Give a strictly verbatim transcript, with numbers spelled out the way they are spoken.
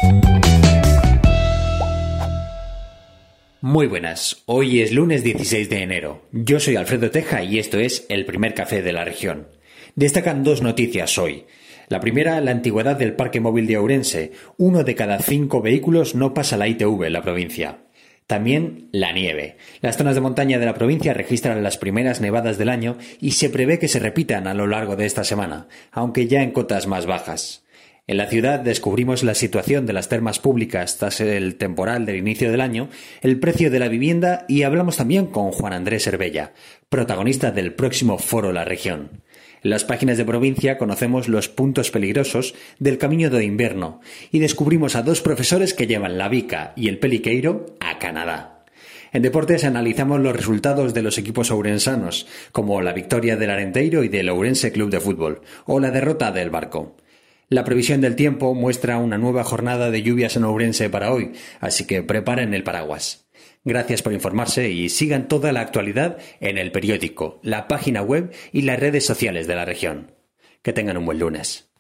Muy buenas, hoy es lunes dieciséis de enero. Yo soy Alfredo Teja y esto es El Primer Café de la Región. Destacan dos noticias hoy. La primera, la antigüedad del parque móvil de Ourense. Uno de cada cinco vehículos no pasa la I T V en la provincia. También la nieve. Las zonas de montaña de la provincia registran las primeras nevadas del año y se prevé que se repitan a lo largo de esta semana, aunque ya en cotas más bajas. En la ciudad descubrimos la situación de las termas públicas tras el temporal del inicio del año, el precio de la vivienda y hablamos también con Juan Andrés Herbella, protagonista del próximo Foro La Región. En las páginas de provincia conocemos los puntos peligrosos del camino de invierno y descubrimos a dos profesores que llevan la bica y el peliqueiro a Canadá. En deportes analizamos los resultados de los equipos ourensanos, como la victoria del Arenteiro y del Ourense Club de Fútbol, o la derrota del Barco. La previsión del tiempo muestra una nueva jornada de lluvias en Ourense para hoy, así que preparen el paraguas. Gracias por informarse y sigan toda la actualidad en el periódico, la página web y las redes sociales de la región. Que tengan un buen lunes.